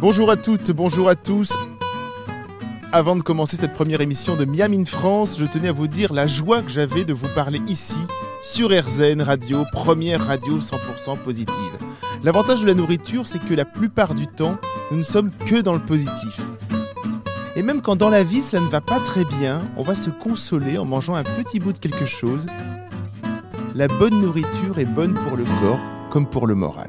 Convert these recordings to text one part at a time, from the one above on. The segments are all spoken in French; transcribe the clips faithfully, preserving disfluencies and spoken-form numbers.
Bonjour à toutes, bonjour à tous. Avant de commencer cette première émission de Miam in France, je tenais à vous dire la joie que j'avais de vous parler ici, sur R Z N Radio, première radio cent pour cent positive. L'avantage de la nourriture, c'est que la plupart du temps, nous ne sommes que dans le positif. Et même quand dans la vie, cela ne va pas très bien, on va se consoler en mangeant un petit bout de quelque chose. La bonne nourriture est bonne pour le corps comme pour le moral.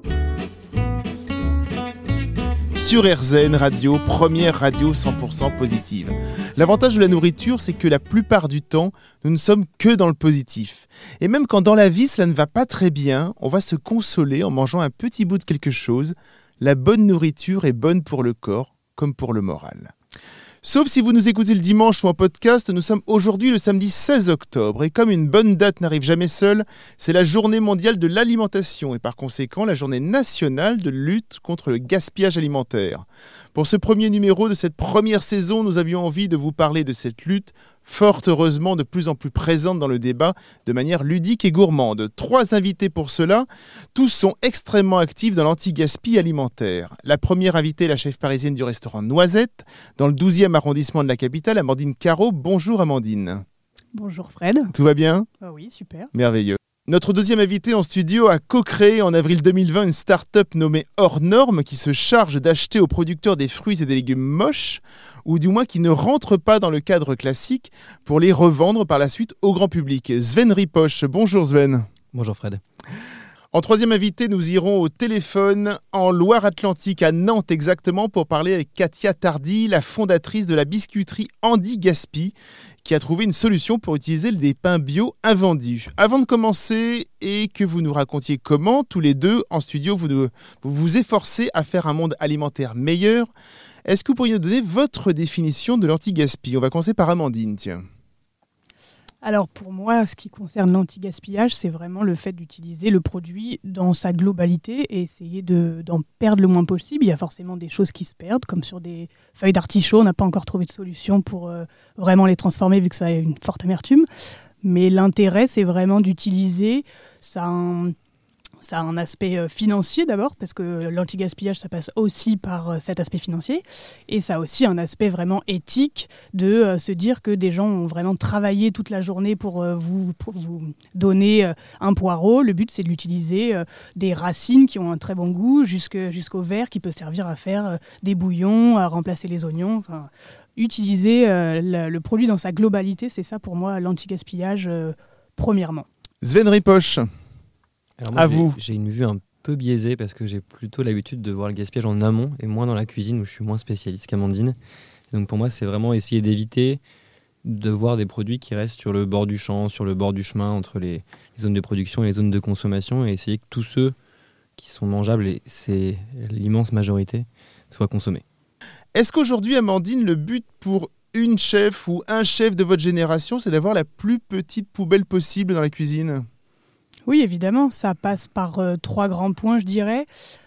Sur R Z N Radio, première radio cent pour cent positive. L'avantage de la nourriture, c'est que la plupart du temps, nous ne sommes que dans le positif. Et même quand dans la vie, cela ne va pas très bien, on va se consoler en mangeant un petit bout de quelque chose. La bonne nourriture est bonne pour le corps comme pour le moral. Sauf si vous nous écoutez le dimanche ou en podcast, nous sommes aujourd'hui le samedi seize octobre. Et comme une bonne date n'arrive jamais seule, c'est la journée mondiale de l'alimentation et par conséquent la journée nationale de lutte contre le gaspillage alimentaire. Pour ce premier numéro de cette première saison, nous avions envie de vous parler de cette lutte, fort heureusement de plus en plus présente dans le débat, de manière ludique et gourmande. Trois invités pour cela, tous sont extrêmement actifs dans l'anti-gaspi alimentaire. La première invitée est la chef parisienne du restaurant Noisette, dans le douzième arrondissement de la capitale, Amandine Carreau. Bonjour Amandine. Bonjour Fred. Tout va bien ? Ah oui, super. Merveilleux. Notre deuxième invité en studio a co-créé en avril deux mille vingt une start-up nommée Hors Norme qui se charge d'acheter aux producteurs des fruits et des légumes moches, ou du moins qui ne rentrent pas dans le cadre classique, pour les revendre par la suite au grand public. Sven Ripoche. Bonjour Sven. Bonjour Fred. En troisième invité, nous irons au téléphone en Loire-Atlantique, à Nantes exactement, pour parler avec Katia Tardy, la fondatrice de la biscuiterie Andy Gaspi, qui a trouvé une solution pour utiliser des pains bio invendus. Avant de commencer et que vous nous racontiez comment, tous les deux, en studio, vous vous, vous, vous efforcez à faire un monde alimentaire meilleur, est-ce que vous pourriez nous donner votre définition de l'anti-gaspi ? On va commencer par Amandine, tiens. Alors pour moi, ce qui concerne l'anti-gaspillage, c'est vraiment le fait d'utiliser le produit dans sa globalité et essayer de, d'en perdre le moins possible. Il y a forcément des choses qui se perdent, comme sur des feuilles d'artichaut. On n'a pas encore trouvé de solution pour euh, vraiment les transformer vu que ça a une forte amertume. Mais l'intérêt, c'est vraiment d'utiliser ça. Un, Ça a un aspect financier d'abord, parce que l'anti-gaspillage, ça passe aussi par cet aspect financier. Et ça a aussi un aspect vraiment éthique de se dire que des gens ont vraiment travaillé toute la journée pour vous, pour vous donner un poireau. Le but, c'est de l'utiliser des racines qui ont un très bon goût jusque, jusqu'au verre qui peut servir à faire des bouillons, à remplacer les oignons. Enfin, utiliser le, le produit dans sa globalité, c'est ça pour moi l'anti-gaspillage premièrement. Sven Ripoche. Alors moi, à j'ai, vous. J'ai une vue un peu biaisée parce que j'ai plutôt l'habitude de voir le gaspillage en amont et moins dans la cuisine où je suis moins spécialiste qu'Amandine. Et donc pour moi, c'est vraiment essayer d'éviter de voir des produits qui restent sur le bord du champ, sur le bord du chemin, entre les, les zones de production et les zones de consommation et essayer que tous ceux qui sont mangeables, et c'est l'immense majorité, soient consommés. Est-ce qu'aujourd'hui, Amandine, le but pour une chef ou un chef de votre génération, c'est d'avoir la plus petite poubelle possible dans la cuisine ? Oui, évidemment, ça passe par euh, trois grands points, je dirais.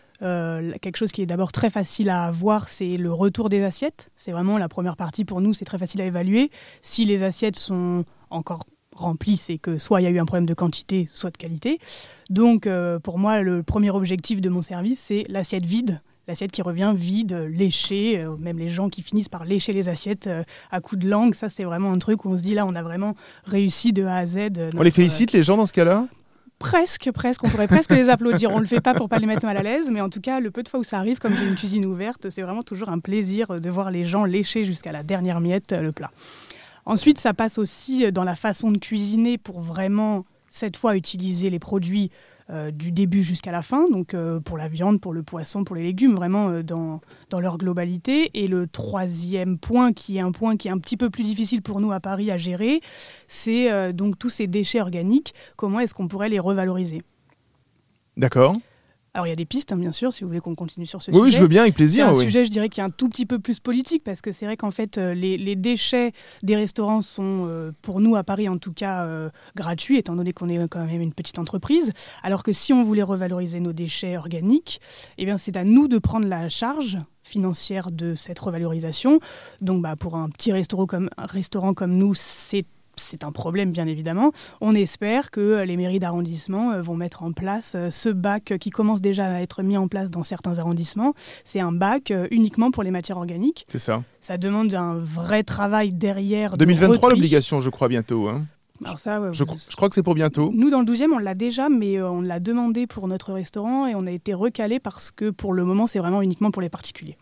Euh, quelque chose qui est d'abord très facile à voir, c'est le retour des assiettes. C'est vraiment la première partie pour nous, c'est très facile à évaluer. Si les assiettes sont encore remplies, c'est que soit il y a eu un problème de quantité, soit de qualité. Donc, euh, pour moi, le premier objectif de mon service, c'est l'assiette vide. L'assiette qui revient vide, léchée, euh, même les gens qui finissent par lécher les assiettes euh, à coups de langue, ça c'est vraiment un truc où on se dit là, on a vraiment réussi de A à Z. Euh, notre, on les félicite, euh, les gens, dans ce cas-là ? Presque, presque. On pourrait presque les applaudir. On ne le fait pas pour ne pas les mettre mal à l'aise, mais en tout cas, le peu de fois où ça arrive, comme j'ai une cuisine ouverte, c'est vraiment toujours un plaisir de voir les gens lécher jusqu'à la dernière miette le plat. Ensuite, ça passe aussi dans la façon de cuisiner pour vraiment, cette fois, utiliser les produits euh, du début jusqu'à la fin, donc euh, pour la viande, pour le poisson, pour les légumes, vraiment euh, dans, dans leur globalité. Et le troisième point, qui est un point qui est un petit peu plus difficile pour nous à Paris à gérer, c'est euh, donc tous ces déchets organiques, comment est-ce qu'on pourrait les revaloriser ? D'accord. Alors, il y a des pistes, hein, bien sûr, si vous voulez qu'on continue sur ce oui, sujet. Oui, je veux bien, avec plaisir. C'est un oui. sujet, je dirais, qui est un tout petit peu plus politique, parce que c'est vrai qu'en fait, euh, les, les déchets des restaurants sont, euh, pour nous, à Paris, en tout cas, euh, gratuits, étant donné qu'on est quand même une petite entreprise. Alors que si on voulait revaloriser nos déchets organiques, eh bien, c'est à nous de prendre la charge financière de cette revalorisation. Donc, bah, pour un petit restaurant comme, un restaurant comme nous, c'est c'est un problème, bien évidemment. On espère que les mairies d'arrondissement vont mettre en place ce bac qui commence déjà à être mis en place dans certains arrondissements. C'est un bac uniquement pour les matières organiques. C'est ça. Ça demande un vrai travail derrière. deux mille vingt-trois, de l'obligation, je crois, bientôt. Hein. Alors ça, ouais, je, vous... je crois que c'est pour bientôt. Nous, dans le douzième, on l'a déjà, mais on l'a demandé pour notre restaurant et on a été recalé parce que pour le moment, c'est vraiment uniquement pour les particuliers.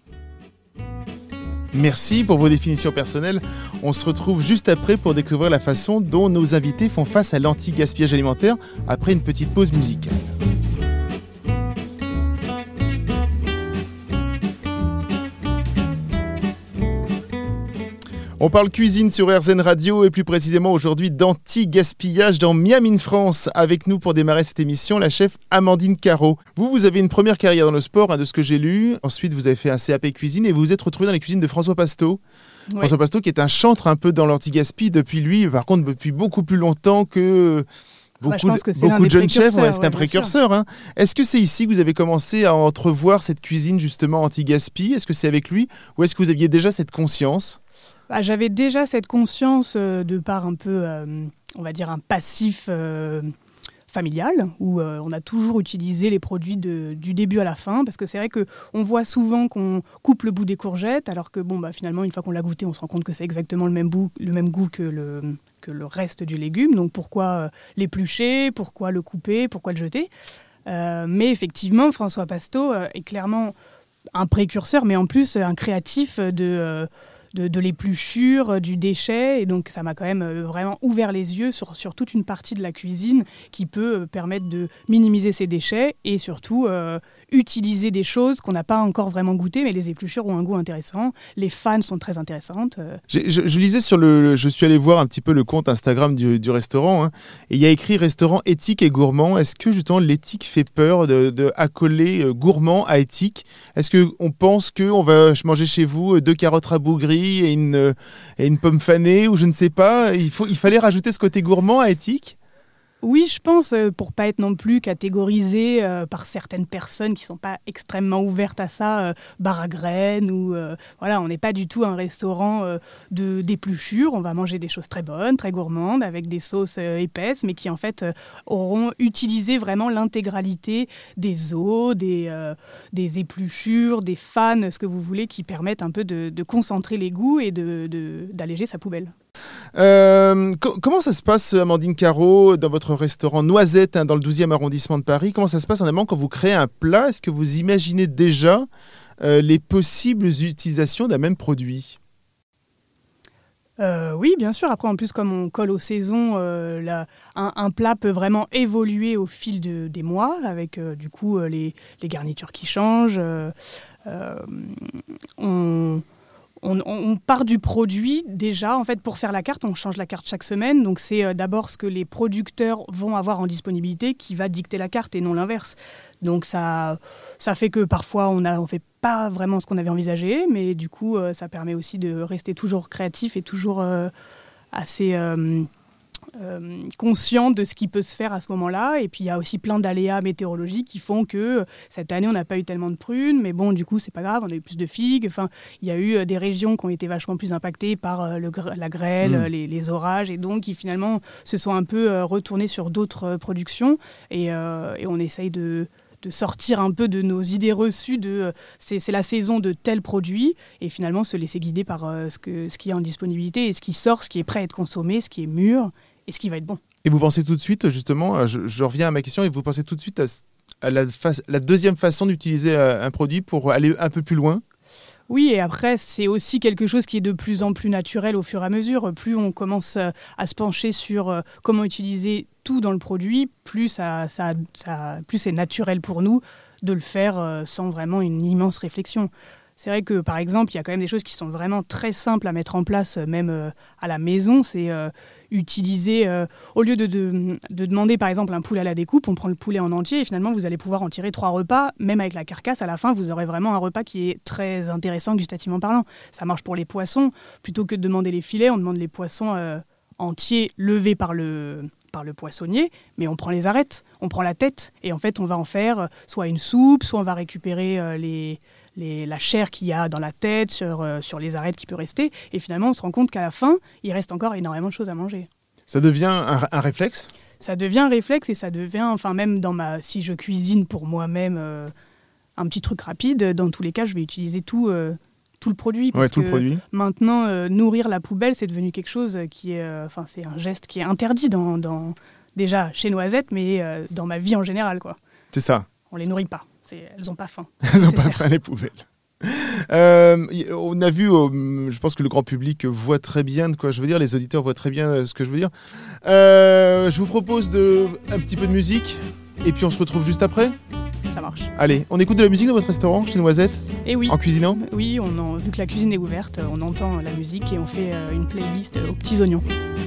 Merci pour vos définitions personnelles. On se retrouve juste après pour découvrir la façon dont nos invités font face à l'anti-gaspillage alimentaire après une petite pause musicale. On parle cuisine sur R Z N Radio et plus précisément aujourd'hui d'anti-gaspillage dans Miami, France. Avec nous pour démarrer cette émission, la chef Amandine Caro. Vous, vous avez une première carrière dans le sport, hein, de ce que j'ai lu. Ensuite, vous avez fait un C A P cuisine et vous vous êtes retrouvé dans les cuisines de François Pasteau. Ouais. François Pasteau qui est un chantre un peu dans l'anti-gaspi depuis lui, par contre depuis beaucoup plus longtemps que... Beaucoup, bah, de, beaucoup de jeunes chefs, ouais, c'est ouais, un précurseur. Hein. Est-ce que c'est ici que vous avez commencé à entrevoir cette cuisine justement anti-gaspi ? Est-ce que c'est avec lui ou est-ce que vous aviez déjà cette conscience ? Bah, j'avais déjà cette conscience euh, de par un peu, euh, on va dire, un passif euh, familial, où euh, on a toujours utilisé les produits de, du début à la fin, parce que c'est vrai qu'on voit souvent qu'on coupe le bout des courgettes, alors que bon, bah, finalement, une fois qu'on l'a goûté, on se rend compte que c'est exactement le même, bout, le même goût que le, que le reste du légume. Donc pourquoi euh, l'éplucher, pourquoi le couper, pourquoi le jeter ? euh, Mais effectivement, François Pasteau euh, est clairement un précurseur, mais en plus un créatif de... Euh, De, de l'épluchure, du déchet. Et donc, ça m'a quand même euh, vraiment ouvert les yeux sur, sur toute une partie de la cuisine qui peut euh, permettre de minimiser ces déchets et surtout euh, utiliser des choses qu'on n'a pas encore vraiment goûtées, mais les épluchures ont un goût intéressant. Les fans sont très intéressantes. Euh. Je, je, je lisais sur le... Je suis allé voir un petit peu le compte Instagram du, du restaurant, hein, et il y a écrit « Restaurant éthique et gourmand ». Est-ce que justement l'éthique fait peur de, de accoler euh, gourmand à éthique ? Est-ce qu'on pense qu'on va manger chez vous deux carottes rabougries et une, et une pomme fanée ou je ne sais pas, il, faut, il fallait rajouter ce côté gourmand à éthique ? Oui, je pense, euh, pour pas être non plus catégorisé euh, par certaines personnes qui sont pas extrêmement ouvertes à ça, euh, bar à graines ou euh, voilà, on n'est pas du tout un restaurant euh, de d'épluchures. On va manger des choses très bonnes, très gourmandes, avec des sauces euh, épaisses, mais qui en fait euh, auront utilisé vraiment l'intégralité des os, des euh, des épluchures, des fans, ce que vous voulez, qui permettent un peu de, de concentrer les goûts et de, de d'alléger sa poubelle. Euh, co- comment ça se passe, Amandine Caro, dans votre restaurant Noisette, hein, dans le douzième arrondissement de Paris ? Comment ça se passe en amont quand vous créez un plat ? Est-ce que vous imaginez déjà euh, les possibles utilisations d'un même produit ? Euh, oui, bien sûr. Après, en plus, comme on colle aux saisons, euh, la, un, un plat peut vraiment évoluer au fil de, des mois, avec euh, du coup euh, les, les garnitures qui changent. Euh, euh, on... On, on part du produit déjà. En fait, pour faire la carte, on change la carte chaque semaine. Donc, c'est euh, d'abord ce que les producteurs vont avoir en disponibilité qui va dicter la carte et non l'inverse. Donc, ça, ça fait que parfois, on ne on fait pas vraiment ce qu'on avait envisagé. Mais du coup, euh, ça permet aussi de rester toujours créatif et toujours euh, assez... Euh, Euh, conscient de ce qui peut se faire à ce moment-là. Et puis, il y a aussi plein d'aléas météorologiques qui font que euh, cette année, on n'a pas eu tellement de prunes, mais bon, du coup, c'est pas grave, on a eu plus de figues. Enfin, il y a eu euh, des régions qui ont été vachement plus impactées par euh, le, la grêle, mmh. les, les orages, et donc qui finalement se sont un peu euh, retournés sur d'autres euh, productions. Et, euh, et on essaye de... de sortir un peu de nos idées reçues de euh, c'est, c'est la saison de tel produit et finalement se laisser guider par euh, ce, que, ce qui est en disponibilité et ce qui sort, ce qui est prêt à être consommé, ce qui est mûr et ce qui va être bon. Et vous pensez tout de suite, justement, je, je reviens à ma question, et vous pensez tout de suite à, à la, fa- la deuxième façon d'utiliser un produit pour aller un peu plus loin ? Oui, et après, c'est aussi quelque chose qui est de plus en plus naturel au fur et à mesure. Plus on commence à se pencher sur comment utiliser tout dans le produit, plus, ça, ça, ça, plus c'est naturel pour nous de le faire sans vraiment une immense réflexion. C'est vrai que, par exemple, il y a quand même des choses qui sont vraiment très simples à mettre en place, même euh, à la maison. C'est euh, utiliser, euh, au lieu de, de, de demander, par exemple, un poulet à la découpe, on prend le poulet en entier et finalement, vous allez pouvoir en tirer trois repas. Même avec la carcasse, à la fin, vous aurez vraiment un repas qui est très intéressant gustativement parlant. Ça marche pour les poissons. Plutôt que de demander les filets, on demande les poissons euh, entiers levés par le... par le poissonnier, mais on prend les arêtes, on prend la tête, et en fait, on va en faire euh, soit une soupe, soit on va récupérer euh, les, les, la chair qu'il y a dans la tête, sur, euh, sur les arêtes qui peut rester, et finalement, on se rend compte qu'à la fin, il reste encore énormément de choses à manger. Ça devient un, un réflexe ? Ça devient un réflexe et ça devient, enfin même dans ma, si je cuisine pour moi-même euh, un petit truc rapide, dans tous les cas, je vais utiliser tout, euh, tout le produit. Parce ouais, tout que le produit. Maintenant, euh, nourrir la poubelle, c'est devenu quelque chose qui est, enfin, euh, c'est un geste qui est interdit dans, dans déjà chez Noisette, mais euh, dans ma vie en général, quoi. C'est ça. On les nourrit pas. C'est, elles ont pas faim. Elles ont pas faim les poubelles. Euh, on a vu, euh, je pense que le grand public voit très bien de quoi je veux dire, les auditeurs voient très bien ce que je veux dire. Euh, je vous propose de, un petit peu de musique et puis on se retrouve juste après. Ça marche. Allez, on écoute de la musique dans votre restaurant chez Noisette ? Et oui. En cuisinant ? Oui, on en, vu que la cuisine est ouverte, on entend la musique et on fait euh, une playlist aux petits oignons.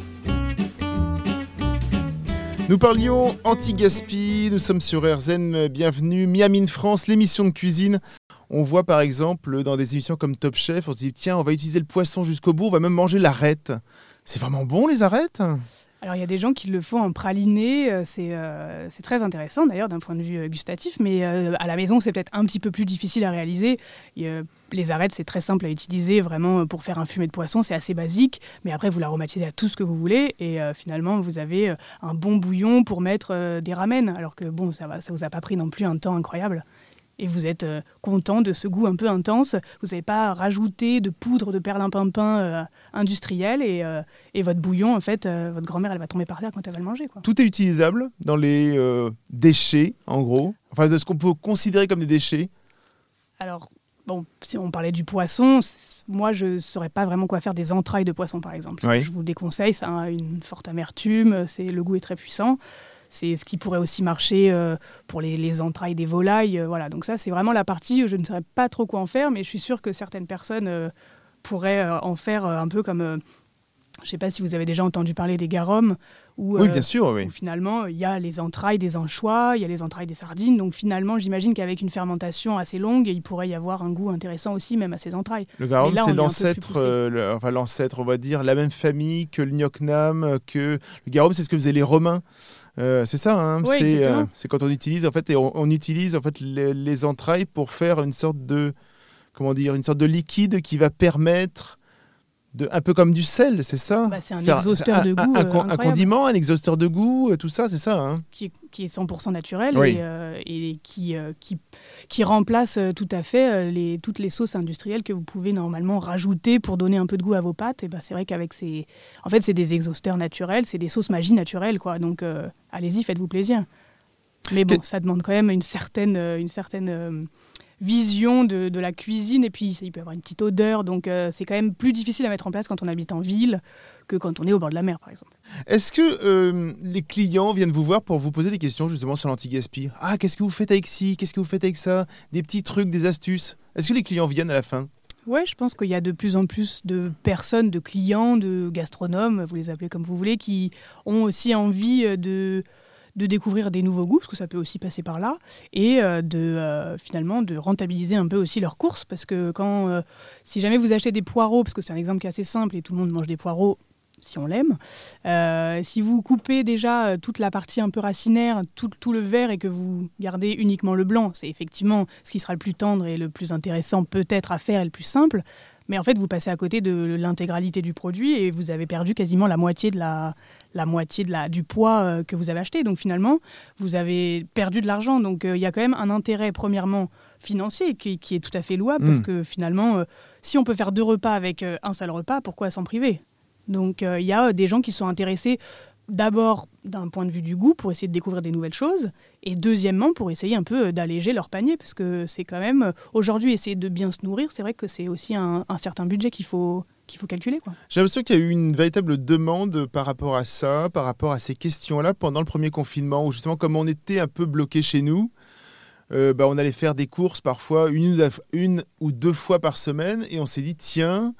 Nous parlions anti-gaspi, nous sommes sur R Z N, bienvenue, Miam in France, l'émission de cuisine. On voit par exemple dans des émissions comme Top Chef, on se dit tiens, on va utiliser le poisson jusqu'au bout, on va même manger l'arête. C'est vraiment bon les arêtes ? Alors il y a des gens qui le font en praliné, c'est, euh, c'est très intéressant d'ailleurs d'un point de vue gustatif, mais euh, à la maison c'est peut-être un petit peu plus difficile à réaliser. Et, euh, les arêtes c'est très simple à utiliser vraiment pour faire un fumet de poisson, c'est assez basique, mais après vous l'aromatisez à tout ce que vous voulez et euh, finalement vous avez un bon bouillon pour mettre euh, des ramen, alors que bon ça va, ça vous a pas pris non plus un temps incroyable. Et vous êtes euh, content de ce goût un peu intense. Vous n'avez pas rajouté de poudre de perlimpinpin euh, industriel et, euh, et votre bouillon, en fait, euh, votre grand-mère, elle va tomber par terre quand elle va le manger, quoi. Tout est utilisable dans les euh, déchets, en gros. Enfin, de ce qu'on peut considérer comme des déchets. Alors, bon, si on parlait du poisson, moi, je ne saurais pas vraiment quoi faire des entrailles de poisson, par exemple. Oui. Je vous le déconseille, ça a une forte amertume, c'est, le goût est très puissant. C'est ce qui pourrait aussi marcher euh, pour les, les entrailles des volailles. Euh, voilà. Donc ça, c'est vraiment la partie où je ne saurais pas trop quoi en faire, mais je suis sûre que certaines personnes euh, pourraient euh, en faire euh, un peu comme... Euh, je ne sais pas si vous avez déjà entendu parler des garums. Où, oui, euh, bien sûr, oui. Où finalement, il y a les entrailles des anchois, il y a les entrailles des sardines. Donc finalement, j'imagine qu'avec une fermentation assez longue, il pourrait y avoir un goût intéressant aussi, même à ces entrailles. Le garum, là, c'est on l'ancêtre, euh, le, enfin l'ancêtre, on va dire, la même famille que le gnocnam, que le garum, c'est ce que faisaient les Romains. Euh, c'est ça, hein, oui, c'est, euh, c'est quand on utilise en fait, et on, on utilise en fait les, les entrailles pour faire une sorte de, comment dire, une sorte de liquide qui va permettre de, un peu comme du sel, c'est ça. Bah, c'est un faire, exhausteur un, de goût, un, un, euh, un condiment, un exhausteur de goût, tout ça, c'est ça. Hein. Qui, est, qui est cent pour cent naturel oui. et, euh, et qui, euh, qui, qui remplace euh, tout à fait euh, les, toutes les sauces industrielles que vous pouvez normalement rajouter pour donner un peu de goût à vos pâtes. Et bah, c'est vrai qu'avec ces, en fait, c'est des exhausteurs naturels, c'est des sauces magie naturelles, quoi. Donc, euh, allez-y, faites-vous plaisir. Mais bon, ça demande quand même une certaine, une certaine euh, vision de, de la cuisine, et puis il peut y avoir une petite odeur, donc euh, c'est quand même plus difficile à mettre en place quand on habite en ville que quand on est au bord de la mer, par exemple. Est-ce que euh, les clients viennent vous voir pour vous poser des questions justement sur l'anti-gaspi ? Ah, qu'est-ce que vous faites avec ci ? Qu'est-ce que vous faites avec ça ? Des petits trucs, des astuces ? Est-ce que les clients viennent à la fin ? Oui, je pense qu'il y a de plus en plus de personnes, de clients, de gastronomes, vous les appelez comme vous voulez, qui ont aussi envie de... de découvrir des nouveaux goûts, parce que ça peut aussi passer par là, et euh, de, euh, finalement de rentabiliser un peu aussi leurs courses, parce que quand, euh, si jamais vous achetez des poireaux, parce que c'est un exemple qui est assez simple, et tout le monde mange des poireaux si on l'aime, euh, si vous coupez déjà toute la partie un peu racinaire, tout, tout le vert, et que vous gardez uniquement le blanc, c'est effectivement ce qui sera le plus tendre et le plus intéressant peut-être à faire et le plus simple, mais en fait vous passez à côté de l'intégralité du produit et vous avez perdu quasiment la moitié de la... la moitié de la, du poids euh, que vous avez acheté. Donc finalement, vous avez perdu de l'argent. Donc il euh, y a quand même un intérêt, premièrement, financier, qui, qui est tout à fait louable, mmh. parce que finalement, euh, si on peut faire deux repas avec euh, un seul repas, pourquoi s'en priver ? Donc il euh, y a euh, des gens qui sont intéressés d'abord d'un point de vue du goût, pour essayer de découvrir des nouvelles choses, et deuxièmement, pour essayer un peu euh, d'alléger leur panier, parce que c'est quand même, euh, aujourd'hui, essayer de bien se nourrir, c'est vrai que c'est aussi un, un certain budget qu'il faut... qu'il faut calculer, quoi. J'ai l'impression qu'il y a eu une véritable demande par rapport à ça, par rapport à ces questions-là pendant le premier confinement, où justement, comme on était un peu bloqué chez nous, euh, bah, on allait faire des courses parfois une, une ou deux fois par semaine, et on s'est dit, tiens,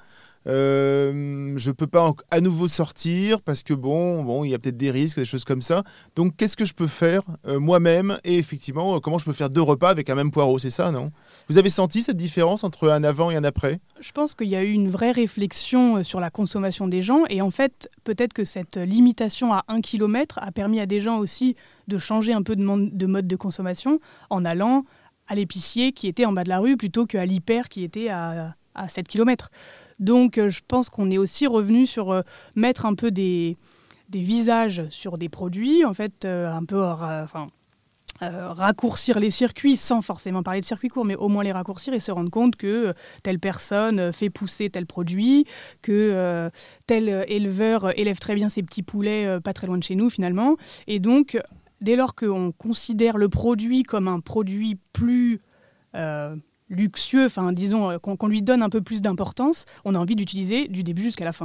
euh, je ne peux pas en, à nouveau sortir, parce que bon, bon, il y a peut-être des risques, des choses comme ça. Donc, qu'est-ce que je peux faire euh, moi-même, et effectivement, euh, comment je peux faire deux repas avec un même poireau, c'est ça, non ? Vous avez senti cette différence entre un avant et un après ? Je pense qu'il y a eu une vraie réflexion sur la consommation des gens, et en fait, peut-être que cette limitation à un kilomètre a permis à des gens aussi de changer un peu de, mon- de mode de consommation en allant à l'épicier qui était en bas de la rue plutôt qu'à l'hyper qui était à, à sept kilomètres. Donc, je pense qu'on est aussi revenu sur euh, mettre un peu des... des visages sur des produits, en fait, euh, un peu, euh, enfin, euh, raccourcir les circuits sans forcément parler de circuits courts, mais au moins les raccourcir et se rendre compte que telle personne fait pousser tel produit, que euh, tel éleveur élève très bien ses petits poulets euh, pas très loin de chez nous finalement. Et donc, dès lors qu'on considère le produit comme un produit plus euh, luxueux, enfin disons qu'on, qu'on lui donne un peu plus d'importance, on a envie d'utiliser du début jusqu'à la fin.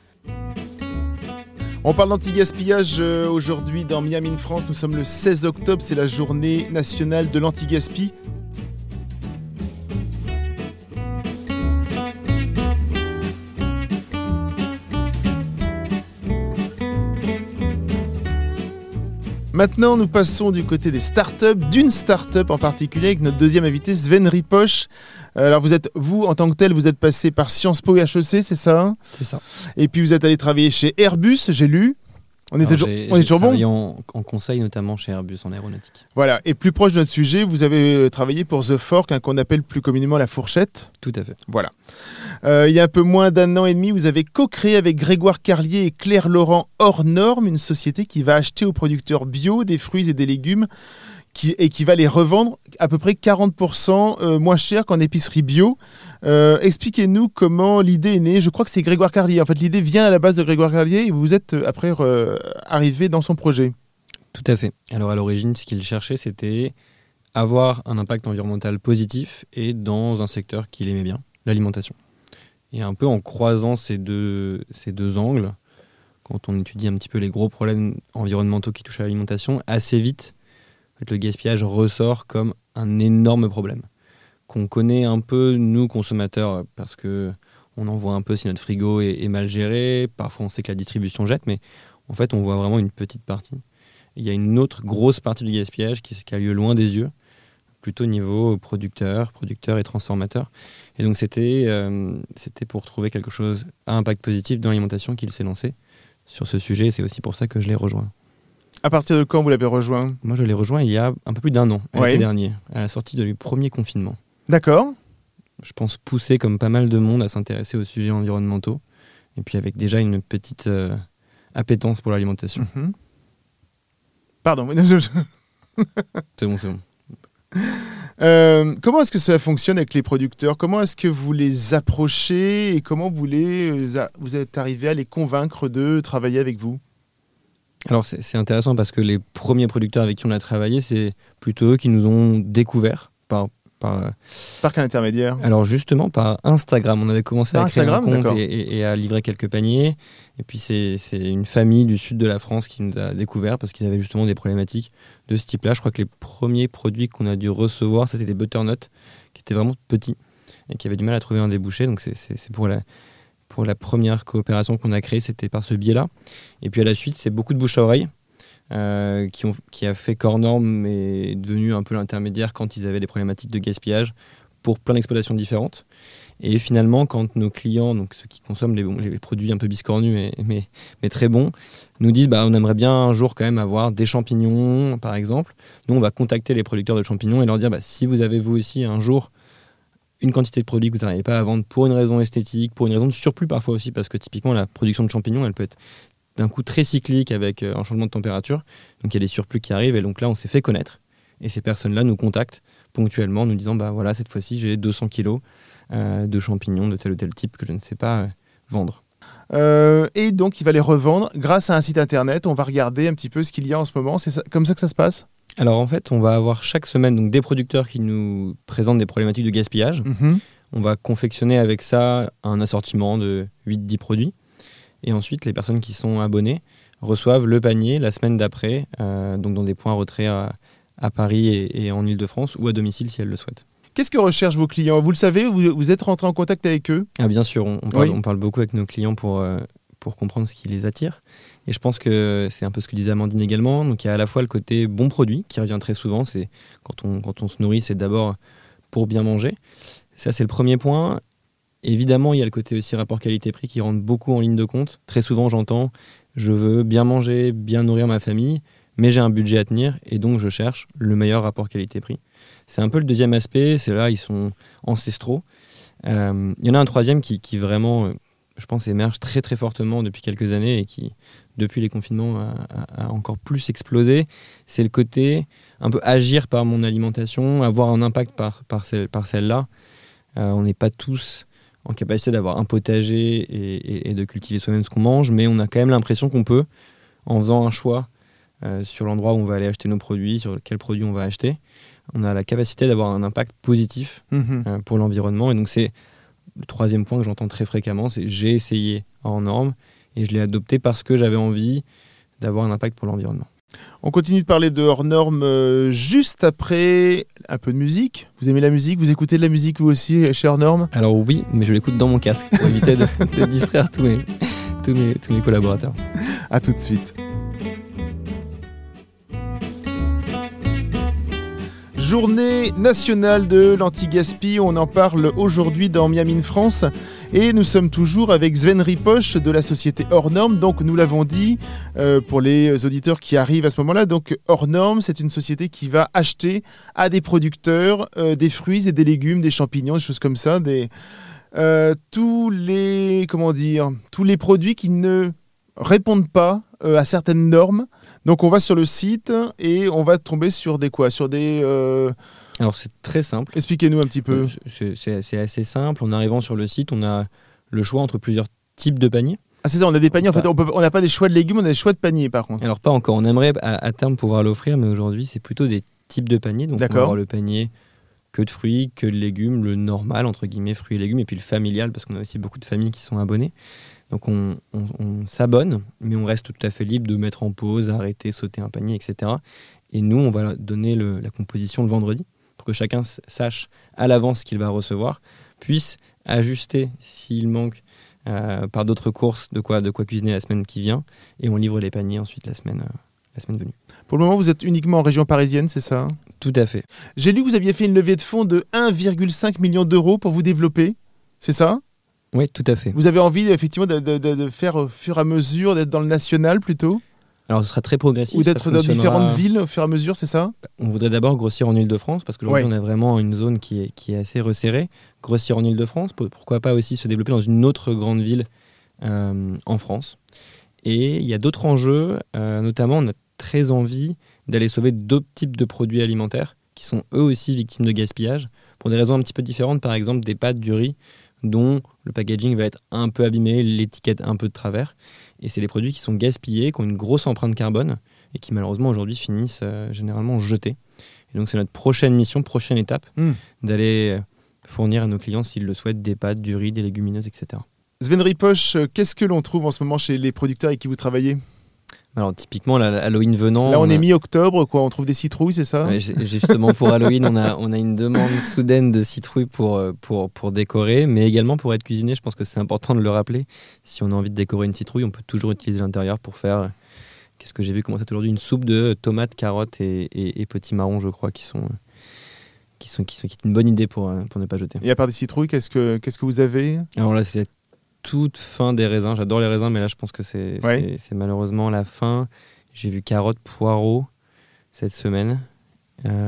On parle d'anti-gaspillage euh, aujourd'hui dans Miam in France. Nous sommes le seize octobre, c'est la journée nationale de l'anti-gaspi. Maintenant, nous passons du côté des startups, d'une startup en particulier, avec notre deuxième invité, Sven Ripoche. Alors, vous êtes, vous, en tant que tel, vous êtes passé par Sciences Po et H E C, c'est ça ? C'est ça. Et puis, vous êtes allé travailler chez Airbus, j'ai lu. On est Alors, toujours, j'ai, on est j'ai toujours travaillé bon en, en conseil, notamment chez Airbus en aéronautique. Voilà. Et plus proche de notre sujet, vous avez travaillé pour The Fork, hein, qu'on appelle plus communément la fourchette. Tout à fait. Voilà. Euh, il y a un peu moins d'un an et demi, vous avez co-créé avec Grégoire Carlier et Claire Laurent Hors Norme une société qui va acheter aux producteurs bio des fruits et des légumes qui, et qui va les revendre à peu près quarante pour cent euh, moins cher qu'en épicerie bio. Euh, expliquez-nous comment l'idée est née. Je crois que c'est Grégoire Carlier. En fait, l'idée vient à la base de Grégoire Carlier et vous êtes euh, après euh, arrivé dans son projet. Tout à fait. Alors à l'origine, ce qu'il cherchait, c'était avoir un impact environnemental positif et dans un secteur qu'il aimait bien, l'alimentation. Et un peu en croisant ces deux, ces deux angles, quand on étudie un petit peu les gros problèmes environnementaux qui touchent à l'alimentation, assez vite, en fait, le gaspillage ressort comme un énorme problème qu'on connaît un peu, nous, consommateurs, parce qu'on en voit un peu si notre frigo est, est mal géré. Parfois, on sait que la distribution jette, mais en fait, on voit vraiment une petite partie. Il y a une autre grosse partie du gaspillage qui, qui a lieu loin des yeux, plutôt au niveau producteur, producteur et transformateur. Et donc, c'était, euh, c'était pour trouver quelque chose à impact positif dans l'alimentation qu'il s'est lancé sur ce sujet. C'est aussi pour ça que je l'ai rejoint. À partir de quand vous l'avez rejoint ? Moi, je l'ai rejoint il y a un peu plus d'un an, Ouais. l'été dernier, à la sortie du premier confinement. D'accord. Je pense poussé comme pas mal de monde à s'intéresser aux sujets environnementaux. Et puis avec déjà une petite euh, appétence pour l'alimentation. Mmh. Pardon. je- je- C'est bon, c'est bon. Euh, comment est-ce que cela fonctionne avec les producteurs ? Comment est-ce que vous les approchez et comment vous, les, euh, vous êtes arrivé à les convaincre de travailler avec vous ? Alors c'est, c'est intéressant parce que les premiers producteurs avec qui on a travaillé, c'est plutôt eux qui nous ont découverts par... par Par quel intermédiaire ? alors justement par Instagram. On avait commencé Par à créer Instagram, un compte d'accord. et, et- et à livrer quelques paniers. Et puis c'est, c'est une famille du sud de la France qui nous a découverts parce qu'ils avaient justement des problématiques de ce type-là. Je crois que les premiers produits qu'on a dû recevoir, c'était des butternuts qui étaient vraiment petits et qui avaient du mal à trouver un débouché. Donc c'est, c'est, c'est pour la... Pour la première coopération qu'on a créée, c'était par ce biais-là. Et puis à la suite, c'est beaucoup de bouche à oreille euh, qui, ont, qui a fait qu'Hors Norme est devenu un peu l'intermédiaire quand ils avaient des problématiques de gaspillage pour plein d'exploitations différentes. Et finalement, quand nos clients, donc ceux qui consomment les, les produits un peu biscornus mais, mais, mais très bons, nous disent bah, on aimerait bien un jour quand même avoir des champignons, par exemple. Nous, on va contacter les producteurs de champignons et leur dire bah, si vous avez vous aussi un jour une quantité de produits que vous n'arrivez pas à vendre pour une raison esthétique, pour une raison de surplus parfois aussi, parce que typiquement la production de champignons, elle peut être d'un coup très cyclique avec un changement de température. Donc il y a des surplus qui arrivent et donc là on s'est fait connaître. Et ces personnes-là nous contactent ponctuellement, nous disant bah voilà cette fois-ci j'ai deux cents kilos euh, de champignons de tel ou tel type que je ne sais pas euh, vendre. Euh, et donc, il va les revendre grâce à un site internet. On va regarder un petit peu ce qu'il y a en ce moment. C'est ça, comme ça que ça se passe ? Alors en fait on va avoir chaque semaine donc, des producteurs qui nous présentent des problématiques de gaspillage. Mmh. On va confectionner avec ça un assortiment de huit dix produits. Et ensuite, les personnes qui sont abonnées reçoivent le panier la semaine d'après, euh, donc dans des points retrait à, à Paris et, et en Ile-de-France, ou à domicile si elles le souhaitent. Qu'est-ce que recherchent vos clients ? Vous le savez, vous, vous êtes rentré en contact avec eux ? Ah, bien sûr, on, on, parle, Oui. on parle beaucoup avec nos clients pour, euh, pour comprendre ce qui les attire. Et je pense que c'est un peu ce que disait Amandine également. Donc il y a à la fois le côté bon produit, qui revient très souvent. C'est, quand, on, quand on se nourrit, c'est d'abord pour bien manger. Ça, c'est le premier point. Évidemment, il y a le côté aussi rapport qualité-prix qui rentre beaucoup en ligne de compte. Très souvent, j'entends « je veux bien manger, bien nourrir ma famille, mais j'ai un budget à tenir et donc je cherche le meilleur rapport qualité-prix ». C'est un peu le deuxième aspect, c'est là, ils sont ancestraux. Euh, il y en a un troisième qui, qui vraiment, je pense, émerge très très fortement depuis quelques années et qui, depuis les confinements, a, a, a encore plus explosé. C'est le côté un peu agir par mon alimentation, avoir un impact par, par, celle, par celle-là. Euh, on n'est pas tous en capacité d'avoir un potager et, et, et de cultiver soi-même ce qu'on mange, mais on a quand même l'impression qu'on peut, en faisant un choix euh, sur l'endroit où on va aller acheter nos produits, sur quels produits on va acheter, on a la capacité d'avoir un impact positif mmh. euh, pour l'environnement. Et donc c'est le troisième point que j'entends très fréquemment, c'est j'ai essayé hors norme et je l'ai adopté parce que j'avais envie d'avoir un impact pour l'environnement. On continue de parler de hors normes euh, juste après un peu de musique. Vous aimez la musique? Vous écoutez de la musique vous aussi chez hors normes? Alors oui, mais je l'écoute dans mon casque pour éviter de, de distraire tous mes, tous, mes, tous mes collaborateurs. À tout de suite. Journée nationale de l'anti-gaspi, on en parle aujourd'hui dans Miam in France et nous sommes toujours avec Sven Ripoche de la société Hors Normes. Donc nous l'avons dit euh, pour les auditeurs qui arrivent à ce moment-là, donc Hors Normes c'est une société qui va acheter à des producteurs euh, des fruits et des légumes, des champignons, des choses comme ça, des, euh, tous les comment dire, tous les produits qui ne répondent pas euh, à certaines normes. Donc on va sur le site et on va tomber sur des quoi? Sur des... Euh... Alors c'est très simple. Expliquez-nous un petit peu. C'est, c'est, c'est assez simple. En arrivant sur le site, on a le choix entre plusieurs types de paniers. Ah c'est ça, on a des paniers. En fait, on n'a pas des choix de légumes, on a des choix de paniers par contre. Alors pas encore. On aimerait à, à terme pouvoir l'offrir, mais aujourd'hui c'est plutôt des types de paniers. Donc D'accord. On va avoir le panier que de fruits, que de légumes, le normal entre guillemets, fruits et légumes, et puis le familial parce qu'on a aussi beaucoup de familles qui sont abonnées. Donc on, on, on s'abonne, mais on reste tout à fait libre de mettre en pause, arrêter, sauter un panier, et cetera. Et nous, on va donner le, la composition le vendredi pour que chacun sache à l'avance ce qu'il va recevoir, puisse ajuster s'il manque euh, par d'autres courses de quoi, de quoi cuisiner la semaine qui vient, et on livre les paniers ensuite la semaine, euh, la semaine venue. Pour le moment, vous êtes uniquement en région parisienne, c'est ça? Tout à fait. J'ai lu que vous aviez fait une levée de fonds de un virgule cinq million d'euros pour vous développer, c'est ça? Oui, tout à fait. Vous avez envie effectivement de, de, de faire au fur et à mesure, d'être dans le national plutôt? Alors ce sera très progressif. Ou d'être dans différentes villes au fur et à mesure, c'est ça? On voudrait d'abord grossir en Ile-de-France, parce qu'aujourd'hui ouais. on a vraiment une zone qui est, qui est assez resserrée. Grossir en Ile-de-France, pourquoi pas aussi se développer dans une autre grande ville euh, en France. Et il y a d'autres enjeux, euh, notamment on a très envie d'aller sauver d'autres types de produits alimentaires qui sont eux aussi victimes de gaspillage, pour des raisons un petit peu différentes, par exemple des pâtes, du riz, dont le packaging va être un peu abîmé, l'étiquette un peu de travers. Et c'est des produits qui sont gaspillés, qui ont une grosse empreinte carbone et qui malheureusement aujourd'hui finissent euh, généralement jetés. Et donc c'est notre prochaine mission, prochaine étape, mmh. d'aller fournir à nos clients, s'ils le souhaitent, des pâtes, du riz, des légumineuses, et cetera. Sven Ripoche, qu'est-ce que l'on trouve en ce moment chez les producteurs avec qui vous travaillez ? Alors typiquement, Halloween venant... Là, on, on est a... mi-octobre, quoi. On trouve des citrouilles, c'est ça ? Ouais, justement, pour Halloween, on a, on a une demande soudaine de citrouilles pour, pour, pour décorer, mais également pour être cuisiné. Je pense que c'est important de le rappeler. Si on a envie de décorer une citrouille, on peut toujours utiliser l'intérieur pour faire... Qu'est-ce que j'ai vu commencer aujourd'hui ? Une soupe de tomates, carottes et, et, et petits marrons, je crois, qui sont... Qui, sont, qui, sont, qui est une bonne idée pour, pour ne pas jeter. Et à part des citrouilles, qu'est-ce que, qu'est-ce que vous avez ? Alors là, c'est toute fin des raisins. J'adore les raisins, mais là, je pense que c'est, ouais. c'est, c'est malheureusement la fin. J'ai vu carottes, poireaux cette semaine. Euh,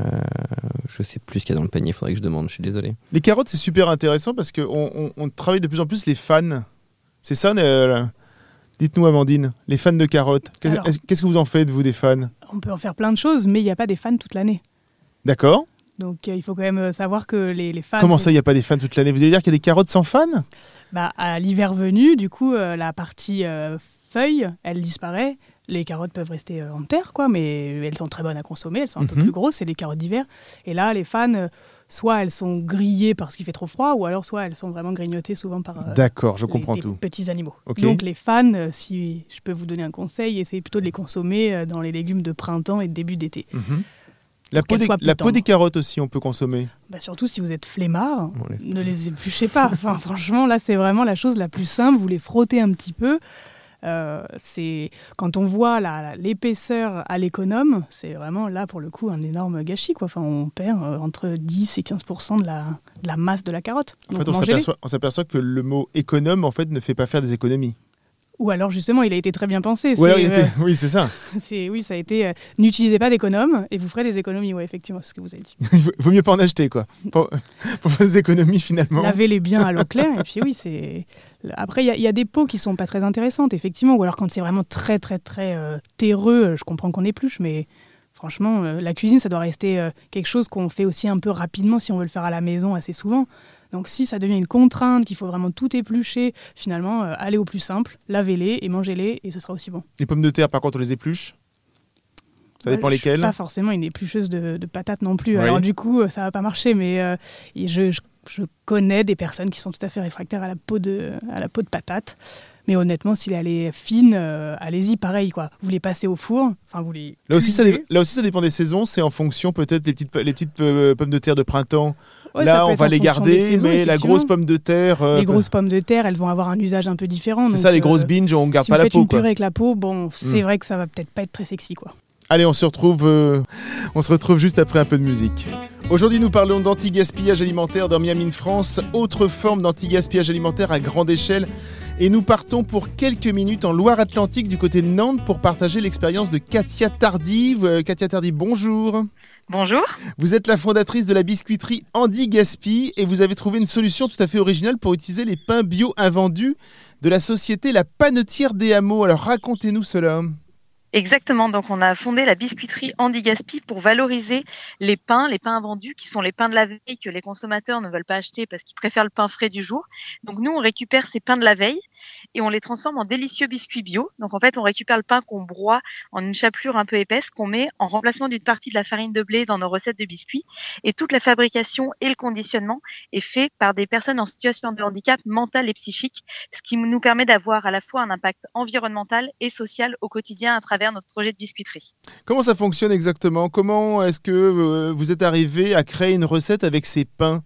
je sais plus ce qu'il y a dans le panier, il faudrait que je demande, je suis désolé. Les carottes, c'est super intéressant parce qu'on on, on travaille de plus en plus les fans. C'est ça euh, dites-nous, Amandine, les fans de carottes. Qu'est-ce, Alors, qu'est-ce que vous en faites, vous, des fans ? On peut en faire plein de choses, mais il n'y a pas des fans toute l'année. D'accord. Donc euh, il faut quand même savoir que les, les fans... Comment ça, il n'y a pas des fans toute l'année ? Vous allez dire qu'il y a des carottes sans fans ? Bah, à l'hiver venu, du coup, euh, la partie euh, feuille, elle disparaît. Les carottes peuvent rester euh, en terre, quoi, mais elles sont très bonnes à consommer. Elles sont un mm-hmm. peu plus grosses, c'est les carottes d'hiver. Et là, les fans, euh, soit elles sont grillées parce qu'il fait trop froid, ou alors soit elles sont vraiment grignotées souvent par euh, D'accord, je les, comprends les tout. petits animaux. Okay. Donc les fans, euh, si je peux vous donner un conseil, essayez plutôt de les consommer euh, dans les légumes de printemps et de début d'été. Mm-hmm. La, peau des, la peau des carottes aussi, on peut consommer. Bah surtout si vous êtes flemmard, ne les épluchez pas. Enfin, franchement, là, c'est vraiment la chose la plus simple. Vous les frottez un petit peu. Euh, c'est... Quand on voit la, l'épaisseur à l'économe, c'est vraiment, là, pour le coup, un énorme gâchis, quoi. Enfin, on perd euh, entre dix et quinze pour cent de la, de la masse de la carotte. En fait, on s'aperçoit, on s'aperçoit que le mot économe, en fait, ne fait pas faire des économies. Ou alors justement, il a été très bien pensé. Ou alors, il euh, était... Oui, c'est ça. c'est, oui, ça a été euh, n'utilisez pas d'économes et vous ferez des économies. Oui, effectivement, c'est ce que vous avez dit. Il vaut mieux pas en acheter, quoi. Pour, pour faire des économies, finalement. Lavez-les bien à l'eau claire. Et puis oui, c'est... Après, il y, y a des peaux qui sont pas très intéressantes, effectivement. Ou alors quand c'est vraiment très, très, très euh, terreux, je comprends qu'on épluche, mais franchement, euh, la cuisine, ça doit rester euh, quelque chose qu'on fait aussi un peu rapidement si on veut le faire à la maison assez souvent. Donc si ça devient une contrainte, qu'il faut vraiment tout éplucher, finalement, euh, allez au plus simple, lavez-les et mangez-les et ce sera aussi bon. Les pommes de terre, par contre, on les épluche. Ça dépend Moi, je lesquelles. suis pas forcément une éplucheuse de, de patates non plus. Oui. Alors du coup, ça va pas marcher, mais euh, je, je, je connais des personnes qui sont tout à fait réfractaires à la peau de, à la peau de patate. Mais honnêtement, si elle est fine, euh, allez-y, pareil, quoi. Vous les passez au four, enfin vous les Là aussi, ça cuisez. dé- là aussi, ça dépend des saisons. C'est en fonction, peut-être, les petites, les petites euh, pommes de terre de printemps. Ouais, ça Là, peut on être va en les fonction des garder, saisons, mais la effectivement. grosse pomme de terre... euh, Les grosses pommes de terre, elles vont avoir un usage un peu différent. C'est donc, ça, les grosses euh, binges, on garde si pas vous la faites peau, une quoi. purée avec la peau, bon, c'est Mm. vrai que ça va peut-être pas être très sexy, quoi. Allez, on se retrouve, euh, on se retrouve juste après un peu de musique. Aujourd'hui, nous parlons d'anti-gaspillage alimentaire dans Miam in France, autre forme d'anti-gaspillage alimentaire à grande échelle. Et nous partons pour quelques minutes en Loire-Atlantique du côté de Nantes pour partager l'expérience de Katia Tardy. Euh, Katia Tardy, bonjour. Bonjour. Vous êtes la fondatrice de la biscuiterie Andy Gaspi et vous avez trouvé une solution tout à fait originale pour utiliser les pains bio invendus de la société La Panetière des Hameaux. Alors racontez-nous cela. Exactement, donc on a fondé la biscuiterie Andy Gaspi pour valoriser les pains, les pains invendus qui sont les pains de la veille que les consommateurs ne veulent pas acheter parce qu'ils préfèrent le pain frais du jour. Donc nous, on récupère ces pains de la veille et on les transforme en délicieux biscuits bio. Donc en fait, on récupère le pain qu'on broie en une chapelure un peu épaisse qu'on met en remplacement d'une partie de la farine de blé dans nos recettes de biscuits. Et toute la fabrication et le conditionnement est fait par des personnes en situation de handicap mental et psychique, ce qui nous permet d'avoir à la fois un impact environnemental et social au quotidien à travers notre projet de biscuiterie. Comment ça fonctionne exactement? Comment est-ce que euh, vous êtes arrivé à créer une recette avec ces pains?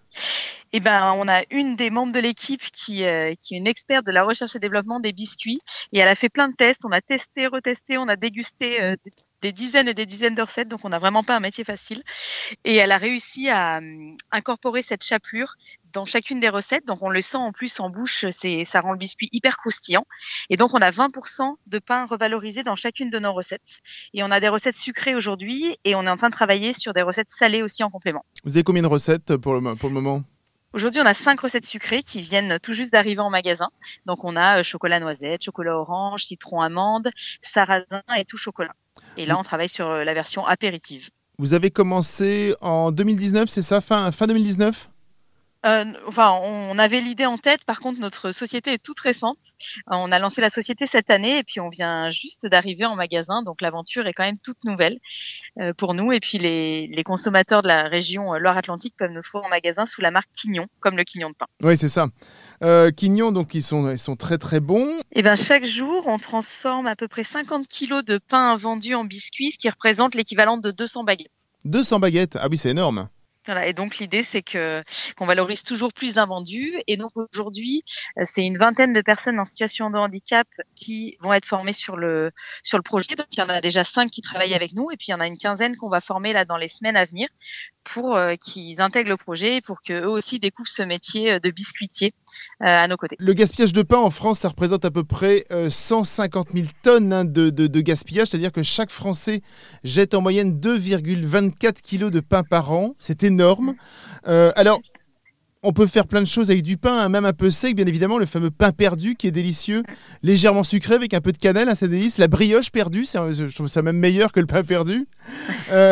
Eh ben, on a une des membres de l'équipe qui, euh, qui est une experte de la recherche et développement des biscuits et elle a fait plein de tests. On a testé, retesté, on a dégusté euh, des, des dizaines et des dizaines de recettes, donc on n'a vraiment pas un métier facile. Et elle a réussi à euh, incorporer cette chapelure dans chacune des recettes. Donc on le sent en plus en bouche, c'est, ça rend le biscuit hyper croustillant. Et donc on a vingt pour cent de pain revalorisé dans chacune de nos recettes. Et on a des recettes sucrées aujourd'hui et on est en train de travailler sur des recettes salées aussi en complément. Vous avez combien de recettes pour le, pour le moment? Aujourd'hui, on a cinq recettes sucrées qui viennent tout juste d'arriver en magasin. Donc, on a chocolat noisette, chocolat orange, citron amande, sarrasin et tout chocolat. Et là, on travaille sur la version apéritive. Vous avez commencé en deux mille dix-neuf, c'est ça, fin, fin deux mille dix-neuf? Euh, enfin, on avait l'idée en tête. Par contre, notre société est toute récente. On a lancé la société cette année et puis on vient juste d'arriver en magasin. Donc, l'aventure est quand même toute nouvelle euh, pour nous. Et puis, les, les consommateurs de la région Loire-Atlantique peuvent nous trouver en magasin sous la marque Quignon, comme le quignon de pain. Oui, c'est ça. Euh, Quignon, donc, ils sont, ils sont très, très bons. Et ben, chaque jour, on transforme à peu près cinquante kilos de pain vendus en biscuits, ce qui représente l'équivalent de deux cents baguettes. deux cents baguettes, ah oui, c'est énorme. Voilà, et donc l'idée c'est que qu'on valorise toujours plus d'invendus et donc aujourd'hui c'est une vingtaine de personnes en situation de handicap qui vont être formées sur le sur le projet. Donc il y en a déjà cinq qui travaillent avec nous et puis il y en a une quinzaine qu'on va former là dans les semaines à venir pour euh, qu'ils intègrent le projet et pour qu'eux aussi découvrent ce métier de biscuitier euh, à nos côtés. Le gaspillage de pain en France, ça représente à peu près euh, cent cinquante mille tonnes hein, de, de, de gaspillage, c'est-à-dire que chaque Français jette en moyenne deux virgule vingt-quatre kilos de pain par an. C'est énorme. Euh, alors, on peut faire plein de choses avec du pain, hein, même un peu sec, bien évidemment, le fameux pain perdu qui est délicieux, légèrement sucré avec un peu de cannelle, hein, c'est délice. La brioche perdue, c'est, je trouve ça même meilleur que le pain perdu. Euh,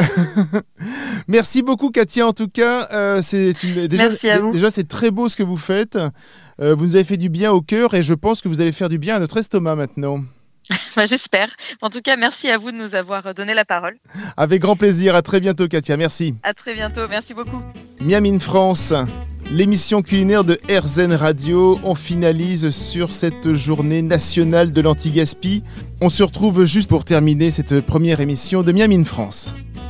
merci beaucoup Katia, en tout cas. Euh, c'est une, déjà, Merci à vous. Déjà, c'est très beau ce que vous faites. Euh, vous nous avez fait du bien au cœur et je pense que vous allez faire du bien à notre estomac maintenant. Bah, j'espère. En tout cas, merci à vous de nous avoir donné la parole. Avec grand plaisir. À très bientôt Katia, merci. À très bientôt. Merci beaucoup. Miam in France, l'émission culinaire de R Z N Radio. On finalise sur cette journée nationale de l'anti-gaspi. On se retrouve juste pour terminer cette première émission de Miam in France.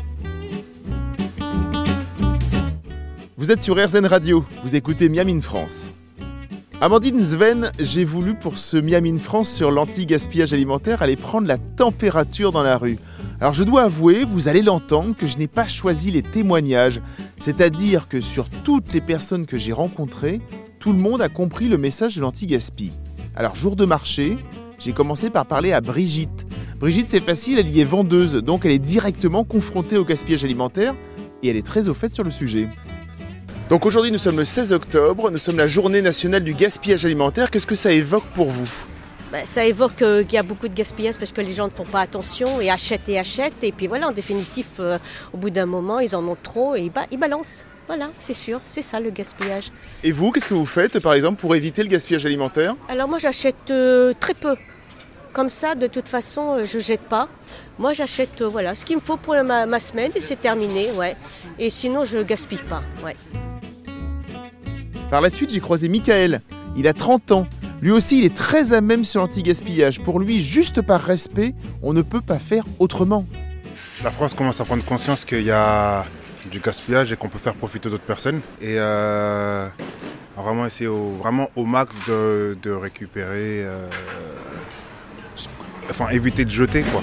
Vous êtes sur R Z N Radio, vous écoutez Miam in France. Amandine Sven, j'ai voulu pour ce Miam in France sur l'anti-gaspillage alimentaire aller prendre la température dans la rue. Alors je dois avouer, vous allez l'entendre, que je n'ai pas choisi les témoignages. C'est-à-dire que sur toutes les personnes que j'ai rencontrées, tout le monde a compris le message de l'anti-gaspi. Alors, jour de marché, j'ai commencé par parler à Brigitte. Brigitte, c'est facile, elle y est vendeuse, donc elle est directement confrontée au gaspillage alimentaire et elle est très au fait sur le sujet. Donc aujourd'hui, nous sommes le seize octobre, nous sommes la journée nationale du gaspillage alimentaire. Qu'est-ce que ça évoque pour vous ? Ben, ça évoque euh, qu'il y a beaucoup de gaspillage parce que les gens ne font pas attention et achètent et achètent. Et puis voilà, en définitive, euh, au bout d'un moment, ils en ont trop et ils, ba- ils balancent. Voilà, c'est sûr, c'est ça le gaspillage. Et vous, qu'est-ce que vous faites, par exemple, pour éviter le gaspillage alimentaire ? Alors moi, j'achète euh, très peu. Comme ça, de toute façon, euh, je ne jette pas. Moi, j'achète euh, voilà, ce qu'il me faut pour ma, ma semaine et c'est terminé. Ouais. Et sinon, je ne gaspille pas. Ouais. Par la suite, j'ai croisé Michael. Il a trente ans. Lui aussi, il est très à même sur l'anti-gaspillage. Pour lui, juste par respect, on ne peut pas faire autrement. La France commence à prendre conscience qu'il y a du gaspillage et qu'on peut faire profiter d'autres personnes. Et euh, vraiment essayer au, vraiment au max de, de récupérer, euh, enfin éviter de jeter, quoi.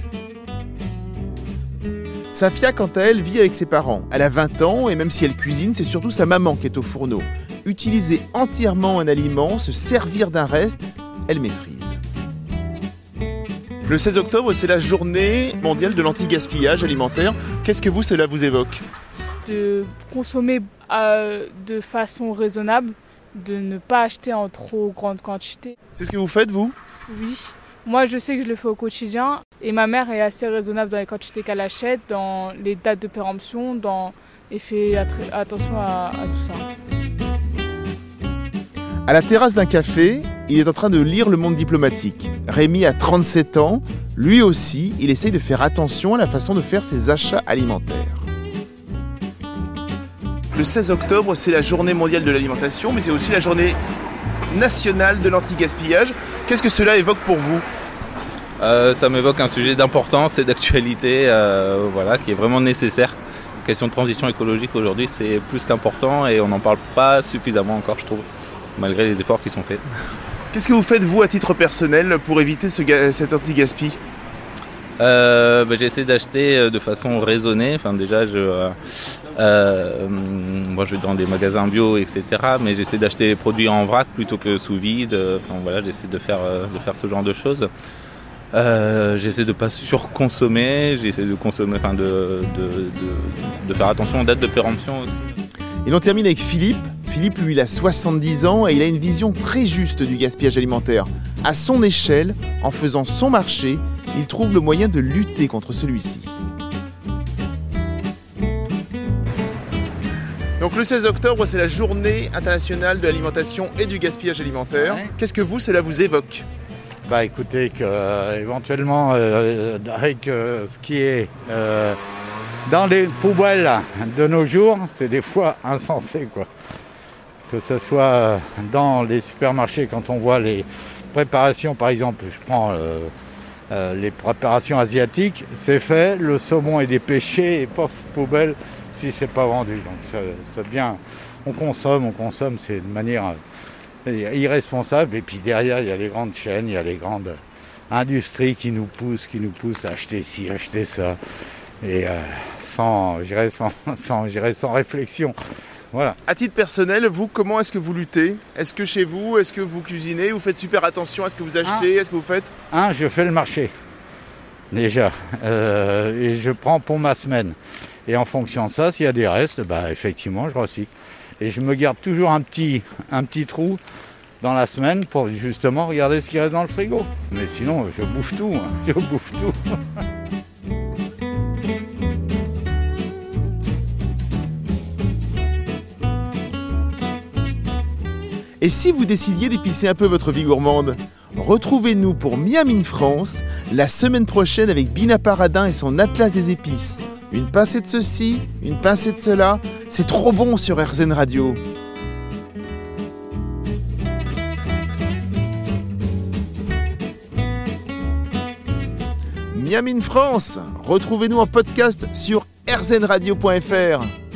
Safia, quant à elle, vit avec ses parents. Elle a vingt ans et même si elle cuisine, c'est surtout sa maman qui est au fourneau. Utiliser entièrement un aliment, se servir d'un reste, elle maîtrise. Le seize octobre, c'est la journée mondiale de l'anti-gaspillage alimentaire. Qu'est-ce que vous, cela vous évoque ? De consommer euh, de façon raisonnable, de ne pas acheter en trop grande quantité. C'est ce que vous faites, vous ? Oui, moi je sais que je le fais au quotidien et ma mère est assez raisonnable dans les quantités qu'elle achète, dans les dates de péremption, dans... et fait attra- attention à, à tout ça. À la terrasse d'un café, il est en train de lire Le Monde diplomatique. Rémi a trente-sept ans. Lui aussi, il essaye de faire attention à la façon de faire ses achats alimentaires. Le seize octobre, c'est la journée mondiale de l'alimentation, mais c'est aussi la journée nationale de l'anti-gaspillage. Qu'est-ce que cela évoque pour vous ? euh, Ça m'évoque un sujet d'importance et d'actualité euh, voilà, qui est vraiment nécessaire. La question de transition écologique aujourd'hui, c'est plus qu'important et on n'en parle pas suffisamment encore, je trouve, malgré les efforts qui sont faits. Qu'est-ce que vous faites, vous, à titre personnel, pour éviter ce ga- cet anti-gaspi ? euh, bah, J'essaie d'acheter de façon raisonnée. Enfin, déjà, je, euh, euh, moi, je vais dans des magasins bio, et cetera. Mais j'essaie d'acheter des produits en vrac plutôt que sous vide. Enfin, voilà, j'essaie de faire, de faire ce genre de choses. Euh, j'essaie de ne pas surconsommer. J'essaie de consommer, enfin, de, de, de, de faire attention aux dates de péremption aussi. Et l'on termine avec Philippe. Philippe, lui, il a soixante-dix ans et il a une vision très juste du gaspillage alimentaire. À son échelle, en faisant son marché, il trouve le moyen de lutter contre celui-ci. Donc le seize octobre, c'est la journée internationale de l'alimentation et du gaspillage alimentaire. Ouais. Qu'est-ce que vous, cela vous évoque ? Bah écoutez, que, euh, éventuellement, euh, avec euh, ce qui est euh, dans les poubelles de nos jours, c'est des fois insensé, quoi. Que ce soit dans les supermarchés, quand on voit les préparations, par exemple, je prends euh, euh, les préparations asiatiques, c'est fait, le saumon est dépêché et pof, poubelle si c'est pas vendu. Donc ça, ça devient, on consomme, on consomme, c'est de manière euh, irresponsable. Et puis derrière, il y a les grandes chaînes, il y a les grandes industries qui nous poussent, qui nous poussent à acheter ci, acheter ça, et euh, sans, j'irais sans, sans, j'irais sans réflexion. Voilà. À titre personnel, vous, comment est-ce que vous luttez ? Est-ce que chez vous, est-ce que vous cuisinez ? Vous faites super attention à ce que vous achetez ? Un, Est-ce que vous faites ? Un, je fais le marché, déjà. Euh, et je prends pour ma semaine. Et en fonction de ça, s'il y a des restes, bah, effectivement, je recycle. Et je me garde toujours un petit, un petit trou dans la semaine pour justement regarder ce qui reste dans le frigo. Mais sinon, je bouffe tout. Hein. Je bouffe tout. Et si vous décidiez d'épicer un peu votre vie gourmande ? Retrouvez-nous pour Miam in France la semaine prochaine avec Bina Paradin et son Atlas des épices. Une pincée de ceci, une pincée de cela, c'est trop bon sur R Z N Radio. Miam in France, retrouvez-nous en podcast sur r z n radio point f r.